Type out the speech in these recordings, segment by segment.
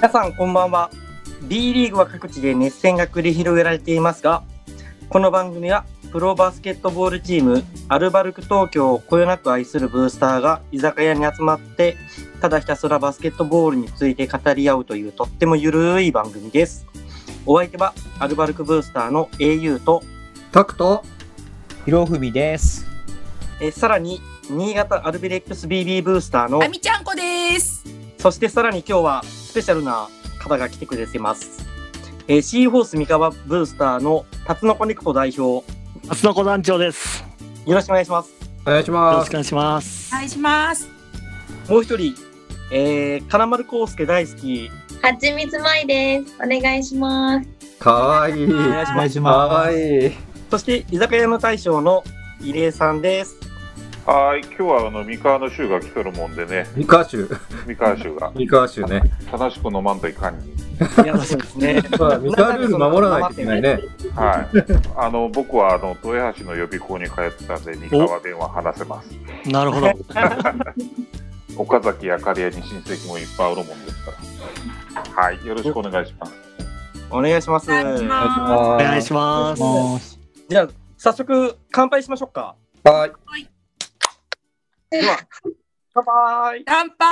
皆さんこんばんは。 B リーグは各地で熱戦が繰り広げられていますが、この番組はプロバスケットボールチームアルバルク東京をこよなく愛するブースターが居酒屋に集まってただひたすらバスケットボールについて語り合うというとってもゆるい番組です。お相手はアルバルクブースターの au とタクトひろふみです。 さらに新潟アルビレックス BB ブースターのあみちゃんこです。 そしてさらに今日はスペシャルな方が来てくれてます。シーホース三河ブースターのタツノコネクト代表タツノコ団長です。 よろしくお願いします。 お願いしよろます。 しくお願いします。 お願いします。 もう一人、金丸康介大好きはちみつまいです。お願いします。 かわいい。 お願いします。 かわいい。 そして居酒屋の大将の入江さんです。 はい、今日は三河の州が来とるもんでね、 三河州三河州が三河州ね。 正しく飲まんといかんに。 いやそうですね。 まあ三河ルール守らないといけないね。 はい、僕は豊橋の予備校に通ってたんで三河弁は話せます。 なるほど。 岡崎や刈谷に親戚もいっぱいおるもんですから。はい、よろしくお願いします。 お願いします。 お願いしますお願いします。 じゃあ早速乾杯しましょうか。 はい。 では乾杯。 乾杯。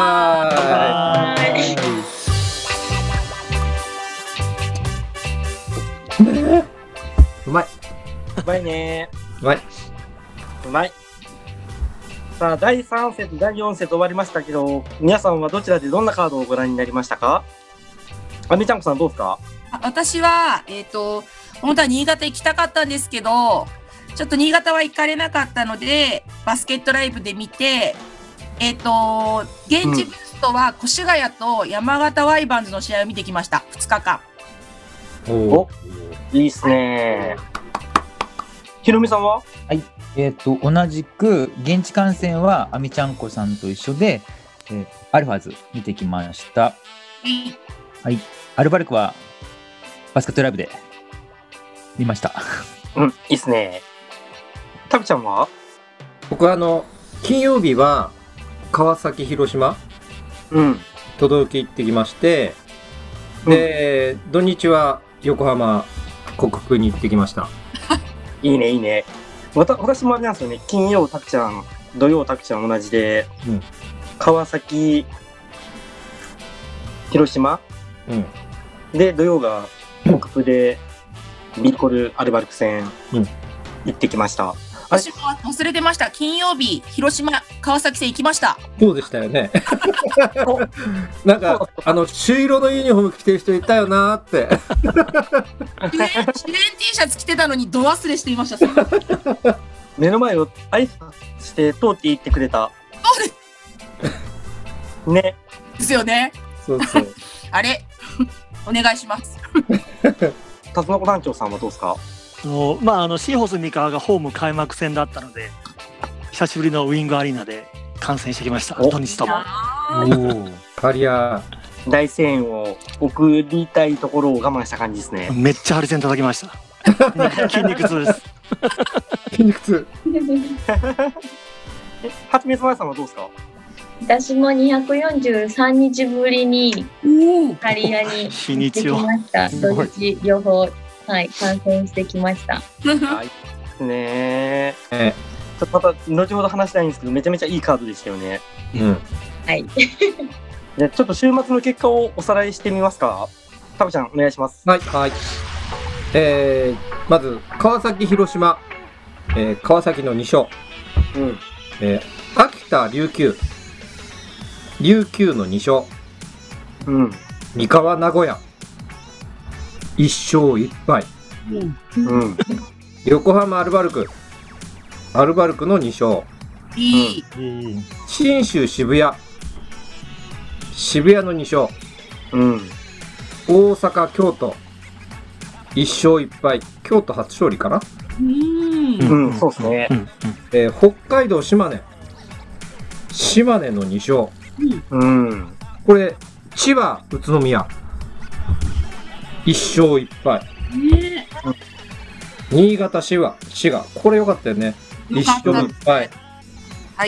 うまい。 うまいね。 うまい。 うまい。さあ第3節第4節終わりましたけど、皆さんはどちらでどんなカードをご覧になりましたか？あみちゃんこさんどうですか？ 私は本当は新潟行きたかったんですけど、ちょっと新潟は行かれなかったのでバスケットライブで見て、現地ブーストは越谷と山形ワイバンズの試合を見てきました。2日間。 お、いいっすね。ひろみさんは？ 同じく現地観戦はあみちゃんこさんと一緒で、アルファーズ見てきました。はい。アルバルクはバスケットライブで見ました。 うん、いいっすね。タクちゃんは？ 僕は金曜日は川崎広島届け行ってきまして、で、土日は横浜国空に行ってきました。 いいねいいね。私もあれなんですよね。金曜タクちゃん、土曜タクちゃん同じで、川崎広島、で土曜が国空でビーコルアルバルク戦行ってきました。 私も忘れてました。金曜日広島川崎戦行きました。 そうでしたよね。なんか朱色のユニフォーム着てる人いたよなーって。 主演 T シャツ着てたのにど忘れしていました。 目の前を挨拶して通って行ってくれた。ね。 ですよね。 そうそう。 あれお願いします。 タツノコ団長さんはどうですか？ シーホース三河がホーム開幕戦だったので、久しぶりのウイングアリーナで観戦してきました。土日とも。 カリア大声援を送りたいところを我慢した感じですね。 めっちゃハリセン叩きました。筋肉痛です。 筋肉痛。 はちみつまやさんはどうですか？ 私も243日ぶりにカリアに行ってきました。土日両方、はい、観戦してきました。 はいですね。ちょっとまた後ほど話したいんですけど、めちゃめちゃいいカードでしたよね。 はい。 じゃあちょっと週末の結果をおさらいしてみますか。タブちゃんお願いします。 はいはい。まず川崎広島、川崎の2勝。秋田琉球の2勝。三河名古屋1勝1敗。横浜アルバルクの2勝。信州渋谷の2勝。大阪京都1勝1敗。京都初勝利かな。 そうですね。 北海道島根の2勝。これ千葉宇都宮1勝1敗。新潟滋賀これ良かったよね。1勝1敗。 はい。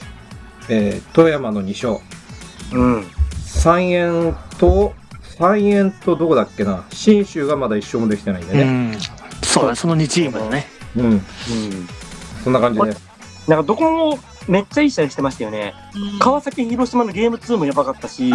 富山三円、富山の2勝。 三円とどこだっけな、信州がまだ1勝もできてないんでね。 そうだ、その2チームだね。 そんな感じです。 なんかどこもめっちゃいい試合してましたよね。川崎広島のゲーム2もやばかったし、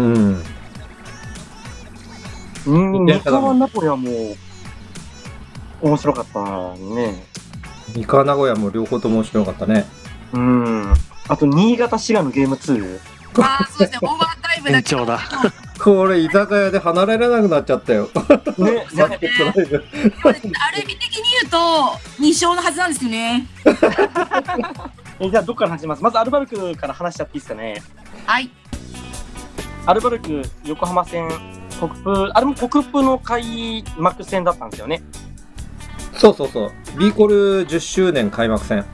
三河ナポリはもう面白かったね。 三河名古屋も両方とも面白かったね。 あと新潟滋賀のゲーム2。 そうですね、オーバータイムだけど。 これ居酒屋で離れられなくなっちゃったよ。ね、 アルビ的に言うと2勝のはずなんですよね。 じゃあどっから話します？まずアルバルクから話しちゃっていいですかね。 はい。 アルバルク横浜戦、あれも国府の開幕戦だったんですよね。 そう。ビーコル10周年開幕戦。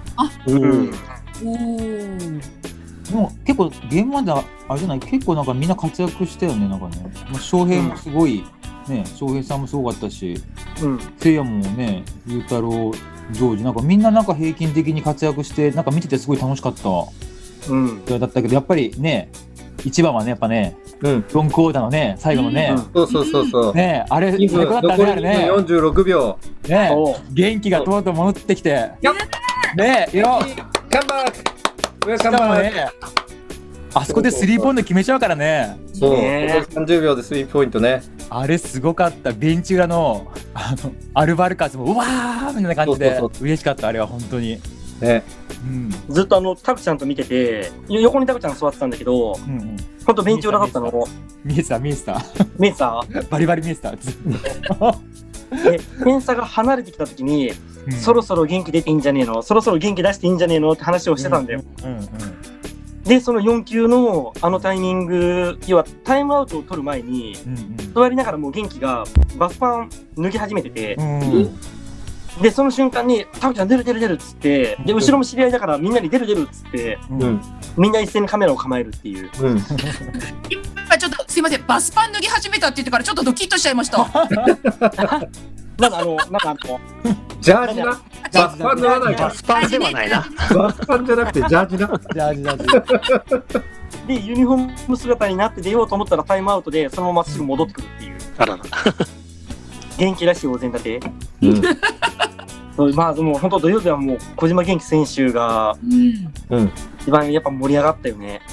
でも結構ゲームまであれじゃない、結構なんかみんな活躍したよね、なんかね。翔平もすごい、翔平さんもすごかったし、せいやもね、ゆうたろう、ジョージ、なんかみんななんか平均的に活躍して、なんか見ててすごい楽しかった。だったけど、やっぱりね、一番はね、やっぱね、4クォーターのね、最後のね、ね、あれ、最高だったね、あれね。 46秒。 ね、元気がとうとう戻ってきて。ね、 カムバック。 しかもね、あそこでスリーポイント決めちゃうからね。 そう、30秒でスリーポイントね。 あれすごかった。ベンチ裏のアルバルカスもうわーみたいな感じで嬉しかった。あれは本当にね。 ずっとタクちゃんと見てて、横にタクちゃん座ってたんだけど、本当ベンチ裏だったの。 見えてたバリバリ見えてた。 点差が離れてきた時に、そろそろ元気出ていいんじゃねえの、そろそろ元気出していいんじゃねえのって話をしてたんだよ。でその4球のタイミング、要はタイムアウトを取る前に、座りながらもう元気がバスパン脱ぎ始めてて、でその瞬間にタクちゃん出るっつって、で後ろも知り合いだからみんなに出るっつって、みんな一斉にカメラを構えるっていう。 今ちょっとすいません、バスパン脱ぎ始めたって言ってからちょっとドキッとしちゃいました。 なんかジャージな。バスパンではない。 バスパンではないな。 バスパンじゃなくてジャージな。 ジャージ。 でユニフォーム姿になって出ようと思ったらタイムアウトでそのまますぐ戻ってくるっていう。 あらら。 元気らしいお膳立て。まあでも本当土曜日はもう小島元気選手が一番やっぱ盛り上がったよね。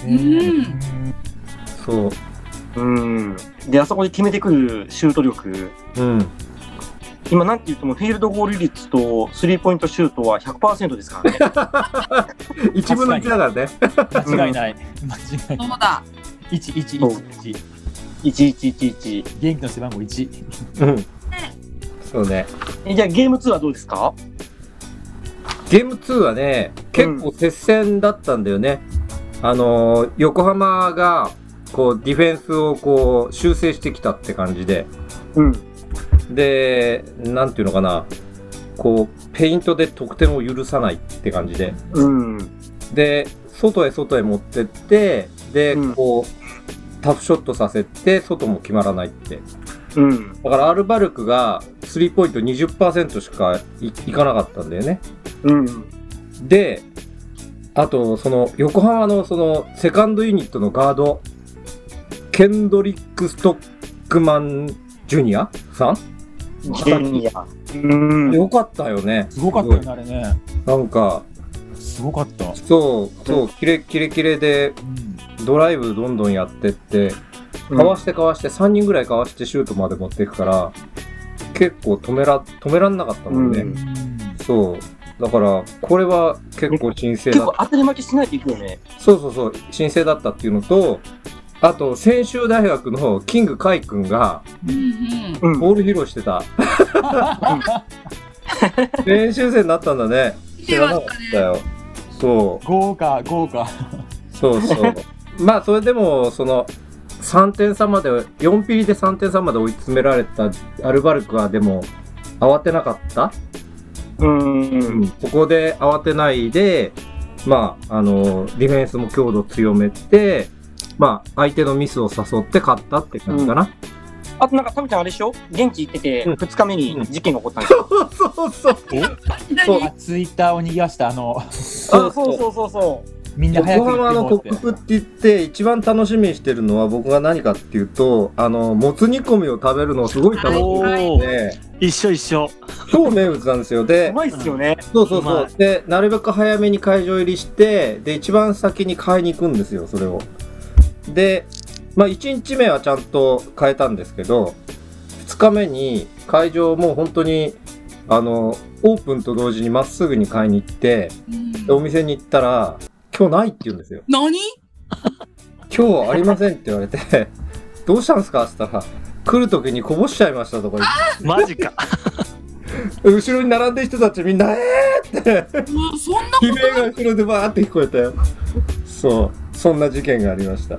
そう。 であそこで決めてくるシュート力。今なんて言ってもフィールドゴール率とスリーポイントシュートは 100% ですからね。 1分の1だからね。 間違いない。 そうだ。 1111。 元気の背番号1。 そうね。 じゃあゲーム2はどうですか？ ゲーム2はね、結構接戦だったんだよね。横浜がこうディフェンスをこう修正してきたって感じで。で、なんていうのかな、こうペイントで得点を許さないって感じで、で外へ持ってって、でこうタフショットさせて外も決まらないって、だからアルバルクがスリーポイント 20% しか いかなかったんだよね。で、あとその横浜のそのセカンドユニットのガード、ケンドリック・ストックマンジュニアさん。よかったよね。 すごかったよね、あれね。 なんかすごかった。 そうキレでドライブどんどんやってって、かわして3人ぐらいかわしてシュートまで持っていくから、結構止めらんなかったもんね。そうだからこれは結構新星だ。 結構当たり負けしないといくよね。 そう新星だったっていうのと、あと専修大学のキングカイ君がボール披露してた。練習生になったんだね。知らなかったよ。そう。 豪華。 そう。まあそれでもその3点差まで4ピリで3点差まで追い詰められたアルバルクはでも慌てなかった。そこで慌てないで、まあディフェンスも強度強めて。まあ相手のミスを誘って勝ったって感じかな。 あとなんかタミちゃんあれでしょ、現地行ってて2日目に事件が起こったんですよ。 そうツイッターを賑わしたそうみんな早く横浜のコップって言って一番楽しみにしてるのは僕が何かっていうともつ煮込みを食べるのをすごい楽しみにして一緒超名物なんですよ。でうまいっすよね。 そうでなるべく早めに会場入りしてで一番先に買いに行くんですよそれを。で1日目はちゃんと買えたんですけど2日目に会場もう本当にオープンと同時にまっすぐに買いに行って、でお店に行ったら今日ないって言うんですよ。 何？ 今日ありませんって言われてどうしたんですかって言ったら来る時にこぼしちゃいましたとか言ってマジか後ろに並んでる人たちみんなってそんな悲鳴が後ろでバーって聞こえたよ。そんな事件がありました。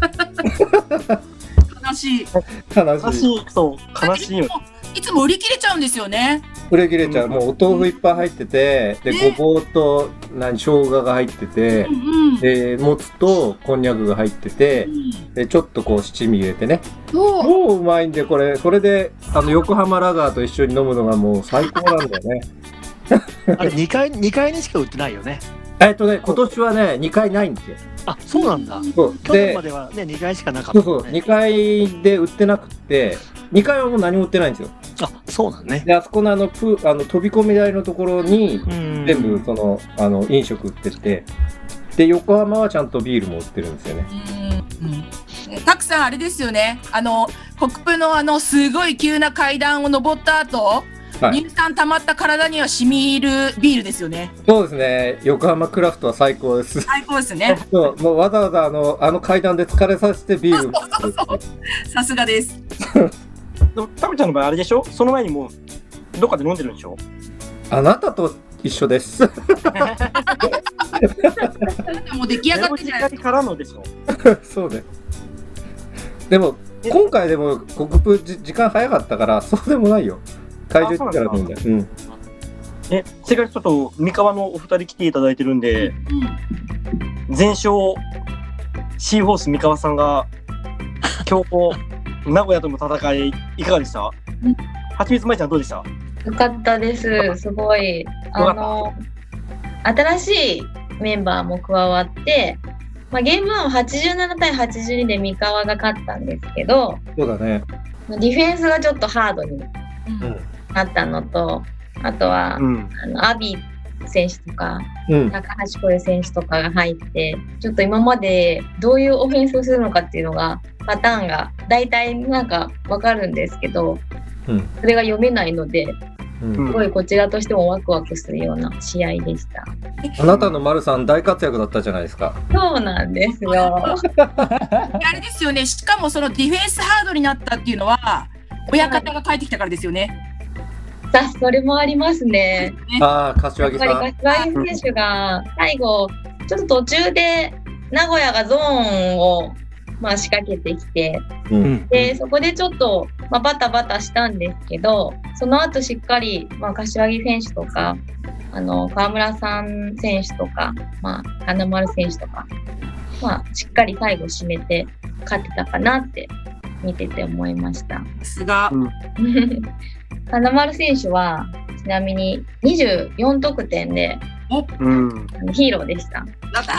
悲しい。 悲しいよ。 いつも売り切れちゃうんですよね。 売り切れちゃう。もうお豆腐いっぱい入ってて、でごぼうと生姜が入ってて、でもつとこんにゃくが入ってて、でちょっとこう七味入れてね。もううまいんでこれで横浜ラガーと一緒に飲むのがもう最高なんだよね。 あれ2階にしか売ってないよね。 今年はね2階ないんですよ。 あ、そうなんだ。去年まではね2階しかなかったもんね。 2階で売ってなくて2階はもう何も売ってないんですよ。 あ、そうなんね。 であそこの飛び込み台のところに全部飲食売ってて、で横浜はちゃんとビールも売ってるんですよね。 たくさんあれですよね。コップのすごい急な階段を登った後、乳酸溜まった体には染み入るビールですよね。 そうですね。横浜クラフトは最高です。 最高ですね。 そうもうわざわざ階段で疲れさせてビールそうさすがです。 でもタムちゃんの場合あれでしょ、その前にもうどっかで飲んでるんでしょ。 あなたと一緒です。 もう出来上がってじゃないですか。 からのでしょ。 そうね。でも今回でもコップ時間早かったからそうでもないよ。会場行ったら飲んだよ。 せっかくちょっと三河のお二人来ていただいてるんで、全勝シーホース三河さんが強行名古屋との戦いいかがでした？はちみつまいちゃんどうでした？ よかったです。すごい新しいメンバーも加わって、ゲームは87対82で三河が勝ったんですけど、 そうだね。 ディフェンスがちょっとハードになったのと、あとは、アビー選手とか、高橋小選手とかが入って、ちょっと今までどういうオフェンスをするのかっていうのがパターンが大体なんか分かるんですけど、それが読めないので、すごいこちらとしてもワクワクするような試合でした。 あなたの丸さん大活躍だったじゃないですか。 そうなんですよ。 あれですよね。しかもそのディフェンスハードになったっていうのは親方が帰ってきたからですよね。 それもありますね。 柏木さん。 やっぱり柏木選手が最後ちょっと途中で名古屋がゾーンを仕掛けてきて、でそこでちょっと、バタバタしたんですけど、その後しっかり、柏木選手とか川村さん選手とか、金丸選手とか、しっかり最後締めて勝ってたかなって見てて思いました。 さすが。 金丸選手はちなみに24得点で、ヒーローでした。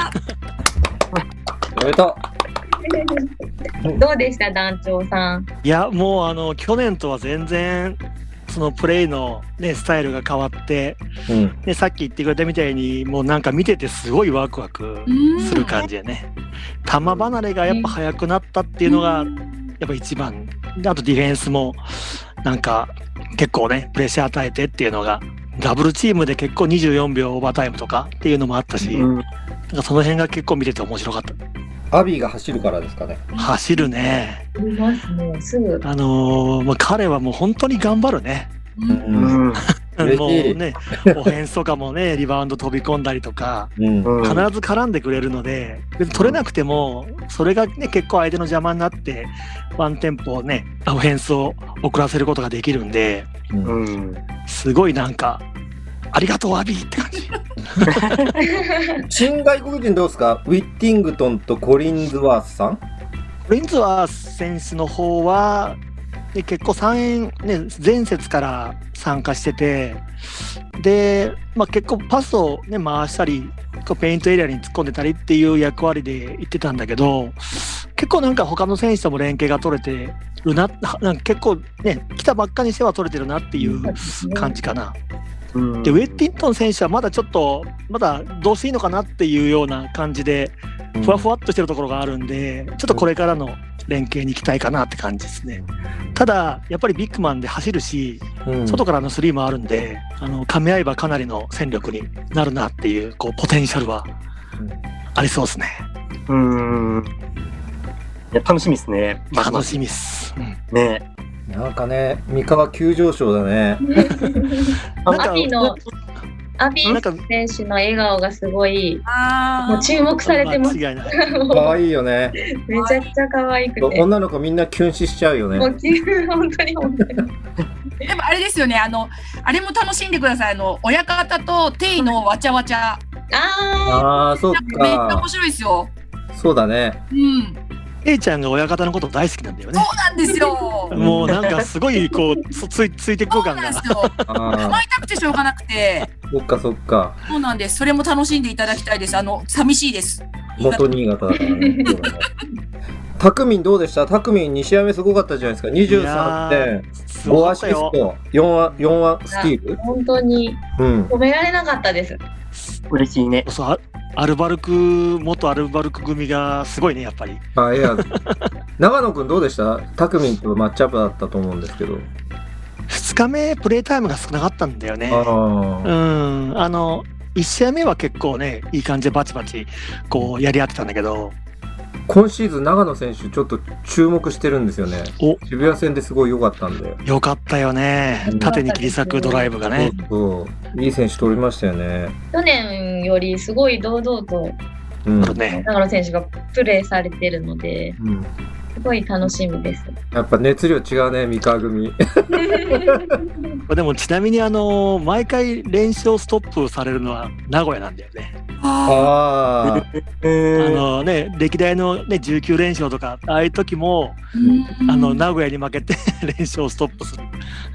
おめでとう。 どうでした団長さん？ いやもう去年とは全然そのプレーの、スタイルが変わって、さっき言ってくれたみたいにもうなんか見ててすごいワクワクする感じでね、球離れがやっぱ速くなったっていうのがやっぱ一番で、あとディフェンスもなんか結構ねプレッシャー与えてっていうのがダブルチームで結構24秒オーバータイムとかっていうのもあったし、なんかその辺が結構見てて面白かった。 アビーが走るからですかね。 走るね。 いますね。すぐ。 彼はもう本当に頑張るね。もうね、オフェンスとかもね、リバウンド飛び込んだりとか、必ず絡んでくれるので、別に取れなくても、それがね、結構相手の邪魔になって、ワンテンポね、オフェンスを遅らせることができるんで、すごいなんか、ありがとうアビーって感じ。 新外国人どうですか？ウィッティングトンとコリンズワースさん？ コリンズワース選手の方は、結構前節から参加してて、で、結構パスを、回したりこうペイントエリアに突っ込んでたりっていう役割で行ってたんだけど、結構なんか他の選手とも連携が取れてるな、なんか結構ね、来たばっかにしては取れてるなっていう感じかな。でウェッティントン選手はまだちょっとまだどうしていいのかなっていうような感じでふわふわっとしてるところがあるんで、ちょっとこれからの連携に期待かなって感じですね。ただやっぱりビッグマンで走るし、外からのスリーもあるんで、噛み合えばかなりの戦力になるなっていう、こうポテンシャルはありそうですね。 いや楽しみですね。 楽しみっす。 ね。 なんかね、三河急上昇だね。 アビ選手の笑顔がすごいもう注目されてます。 可愛いよね。 めちゃくちゃ可愛くて。 女の子みんなキュン死しちゃうよね。 本当に。でもあれですよね。あれも楽しんでください。親方とテイのわちゃわちゃ。 そうか。 めっちゃ面白いですよ。 そうだね。 テイちゃんが親方のこと大好きなんだよね。 そうなんですよ。 もうなんかすごいこうついてく感が。 甘いたくてしょうがなくて。 そっか。 そうなんです。それも楽しんでいただきたいです。寂しいです。 元新潟だからね。タクミンどうでした？タクミン2試合目すごかったじゃないですか。23点、5アシスト、4スティール。 本当に止められなかったです。 嬉しいね。 元アルバルク組がすごいね、やっぱり。 いや長野くんどうでした？タクミンとマッチアップだったと思うんですけど。 2日目プレータイムが少なかったんだよね。1試合目は結構ね、いい感じでバチバチこうやり合ってたんだけど、 今シーズン長野選手ちょっと注目してるんですよね。渋谷戦ですごい良かったんで。 良かったよね。縦に切り裂くドライブがね。 いい選手取りましたよね。 去年よりすごい堂々と長野選手がプレーされてるので、すごい楽しみです。 やっぱ熱量違うね、三河組。 でもちなみに毎回連勝ストップされるのは名古屋なんだよね。歴代のね19連勝とかああいう時も名古屋に負けて連勝ストップする。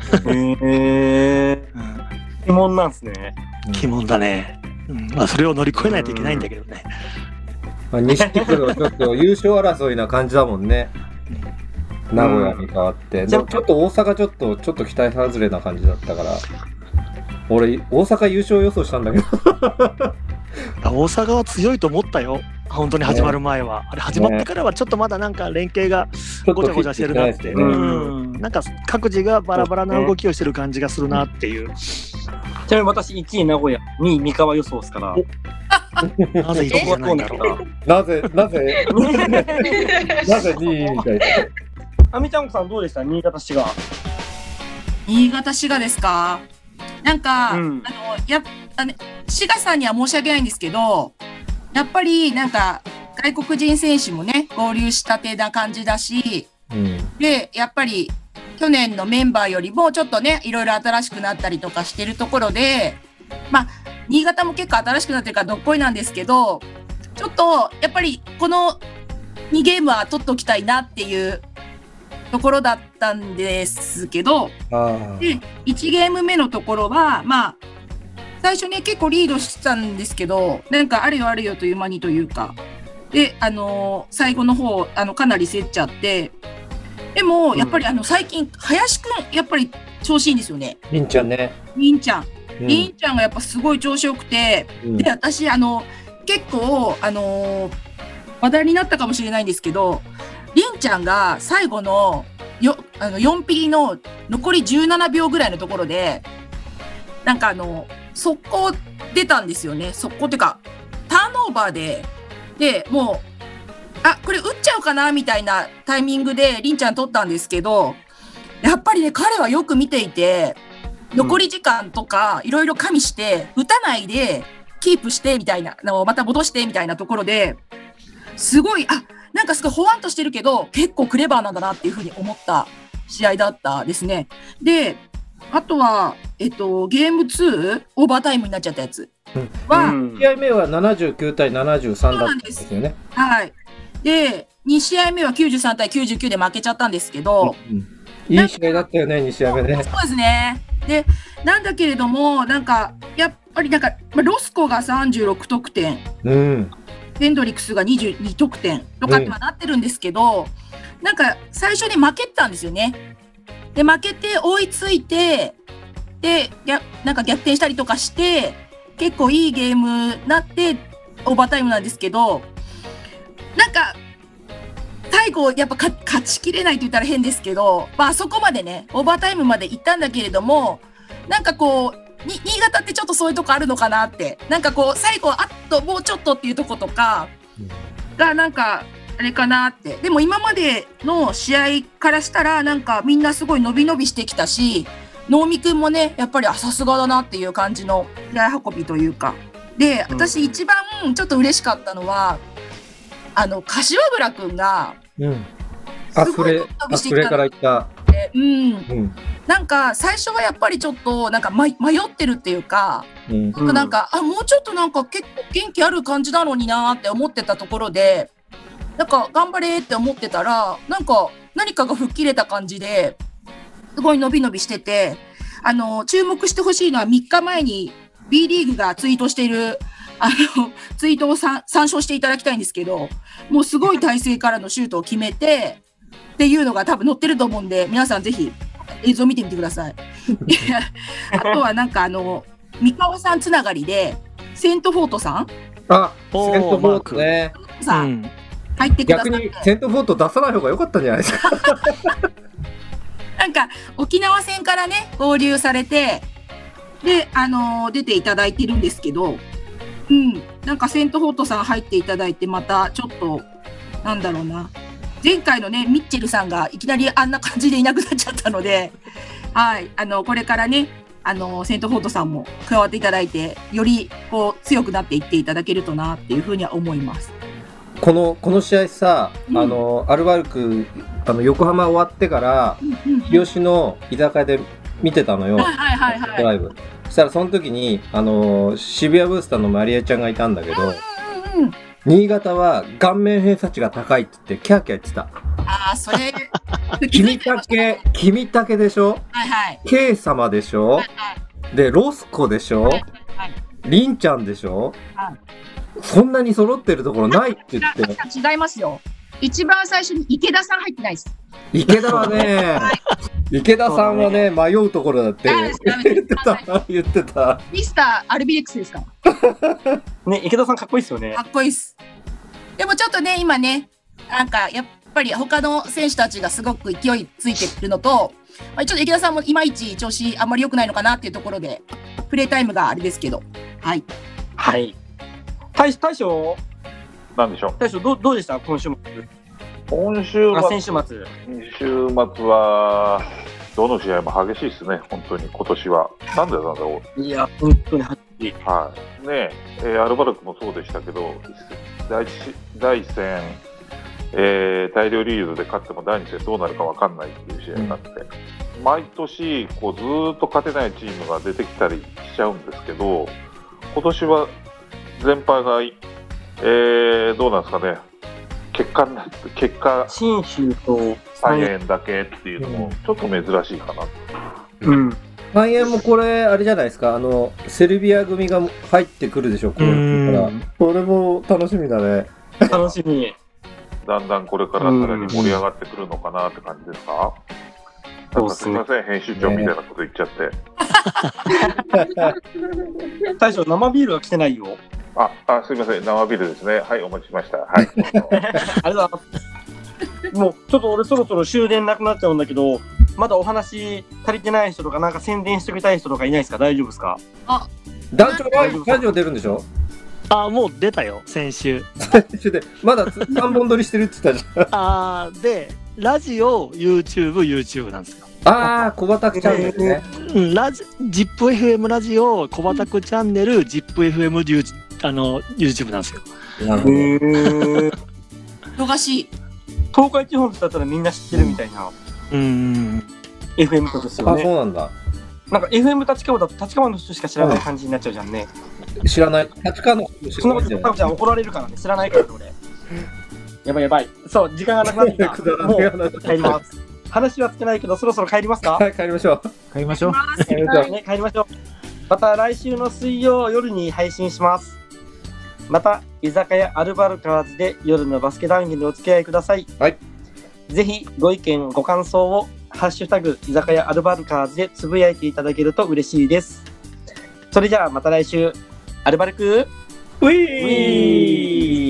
鬼門なんですね。 鬼門だね。それを乗り越えないといけないんだけどね。 西地区のちょっと優勝争いな感じだもんね。名古屋に変わって、ちょっと大阪ちょっと期待外れな感じだったから、俺大阪優勝予想したんだけど。 大阪は強いと思ったよ。本当に始まる前は、あれ始まってからはちょっとまだなんか連携がごちゃごちゃしてるなって、なんか各自がバラバラな動きをしてる感じがするなっていう。 ちなみに私1位名古屋、2位三河予想ですから。 なぜ1位じゃないんだろう。 なぜ2位みたいな。 あみちゃんこさんどうでした？新潟滋賀。 新潟滋賀ですか？なんか、滋賀さんには申し訳ないんですけど、やっぱりなんか外国人選手もね合流したてな感じだし、でやっぱり去年のメンバーよりもちょっとねいろいろ新しくなったりとかしてるところで、新潟も結構新しくなってるからどっこいなんですけど、ちょっとやっぱりこの2ゲームは取っておきたいなっていうところだったんですけど、で1ゲーム目のところは最初ね結構リードしてたんですけど、なんかあれよという間にというかで、最後の方かなり競っちゃって、でもやっぱり最近林くんやっぱり調子いいんですよね。 りんちゃんね。 りんちゃんがやっぱすごい調子よくて、で私結構話題になったかもしれないんですけど、りんちゃんが最後の4ピリの残り17秒ぐらいのところでなんか速攻出たんですよね。速攻っていうかターンオーバーでもうこれ打っちゃうかなみたいなタイミングでりんちゃん取ったんですけど、やっぱりね彼はよく見ていて残り時間とかいろいろ加味して打たないでキープしてみたいなまた戻してみたいなところですごいなんかすごいほわんとしてるけど結構クレバーなんだなっていうふうに思った試合だったですね。であとは、ゲーム2オーバータイムになっちゃったやつは、 試合目は79対73だったんですよね。 はい。で2試合目は93対99で負けちゃったんですけど、 いい試合だったよね2試合目ね。 そうですね。 で、なんだけれども、なんか、やっぱりなんか、ロスコが36得点、ヘンドリックスが22得点とかってはなってるんですけど、なんか最初に負けたんですよね。で、負けて追いついて、で、なんか逆転したりとかして、結構いいゲームになって、オーバータイムなんですけど、なんか、最後、やっぱ勝ちきれないと言ったら変ですけど、まあそこまでね、オーバータイムまで行ったんだけれども、なんかこう、新潟ってちょっとそういうとこあるのかなって、なんかこう、最後、あともうちょっとっていうとことか、がなんか、あれかなって。でも今までの試合からしたら、なんかみんなすごい伸び伸びしてきたし、能見くんもね、やっぱりさすがだなっていう感じの試合運びというか。で、私一番ちょっと嬉しかったのは、柏村くんが、すごい伸びしてきたから言った。 なんか最初はやっぱりちょっとなんか迷ってるっていうか、なんかもうちょっとなんか結構元気ある感じなのになーって思ってたところで、なんか頑張れって思ってたら、なんか何かが吹っ切れた感じで、すごい伸び伸びしてて、注目してほしいのは3日前に B リーグがツイートしているツイートを参照していただきたいんですけど、もうすごい体勢からのシュートを決めてっていうのが多分載ってると思うんで、皆さんぜひ映像見てみてください。あとはなんか三河さんつながりでセントフォートさん、 セントフォートね、 さん、入ってくださって、 逆にセントフォート出さない方が良かったんじゃないですか。 なんか沖縄戦からね合流されて、で出ていただいてるんですけど、なんかセントフォートさん入っていただいて、またちょっとなんだろうな、前回のねミッチェルさんがいきなりあんな感じでいなくなっちゃったので、はい、これからねセントフォートさんも加わっていただいて、よりこう強くなっていっていただけるとなっていうふうには思います。 この試合さ、アルバルク横浜終わってから、日吉の居酒屋で見てたのよ、ドライブ。そしたらその時に渋谷ブースターのマリエちゃんがいたんだけど、新潟は顔面偏差値が高いって言ってキャーキャー言ってた。 それ君竹でしょ、K 様でしょ、でロスコでしょ、リンちゃんでしょ、そんなに揃ってるところないって言って。 違いますよ。一番最初に池田さん入ってないです。 池田はね、池田さんはね、迷うところだって言ってた。 ミスターアルビレックスですか。 ね、池田さんかっこいいですよね。 かっこいいです。でもちょっとね、今ね、なんかやっぱり他の選手たちがすごく勢いついてるのと、ちょっと池田さんもいまいち調子あんまり良くないのかなっていうところで、プレータイムがあれですけど、はい。 はい。大将なんでしょう。 大将どうでした今週末？先週末はどの試合も激しいですね、本当に今年は。なんでなんだろう。 いや、本当に激しい。 はい。ねえ、アルバルクもそうでしたけど、第1戦、大量リードで勝っても第2戦どうなるか分かんないっていう試合になって、毎年こうずーっと勝てないチームが出てきたりしちゃうんですけど、今年は全敗が、どうなんですかね。結果信州と三円だけっていうのもちょっと珍しいかな。 三円もこれあれじゃないですか、セルビア組が入ってくるでしょ、これも楽しみだね。 楽しみ。 だんだんこれからさらに盛り上がってくるのかなって感じですか。なんかすみません、編集長みたいなこと言っちゃって。 大将生ビールは来てないよ。 すみません、生ビールですね。はい、お待ちしました。はい。ありがとうございます。もうちょっと俺そろそろ終電なくなっちゃうんだけど、まだお話足りてない人とか、なんか宣伝してみたい人とかいないですか？大丈夫ですか？ 団長ラジオ出るんでしょ？ もう出たよ、先週。 でまだ3本撮りしてるって言ったじゃん。 で、ラジオ、YouTube なんですよ。 小畑チャンネルね。 ZIPFM ラジオ、小畑チャンネル、ZIPFM YouTube なんですよ。 忙しい。 東海地方だったらみんな知ってるみたいな。FM とですよね。 そうなんだ。 なんか FM 立川だと立川の人しか知らない感じになっちゃうじゃんね。 知らない。立川の人知らない。 そのことじゃ怒られるからね。知らないから俺。やばい。そう、時間がなくなってきた。もう帰ります。 話はつけないけど、そろそろ帰りますか？ はい、帰りましょう。 帰りましょう。 帰りましょう。また来週の水曜夜に配信します。また居酒屋アルバルカーズで夜のバスケ談義にお付き合いください。 はい。 ぜひご意見ご感想をハッシュタグ居酒屋アルバルカーズでつぶやいていただけると嬉しいです。それじゃあまた来週。アルバルクウィー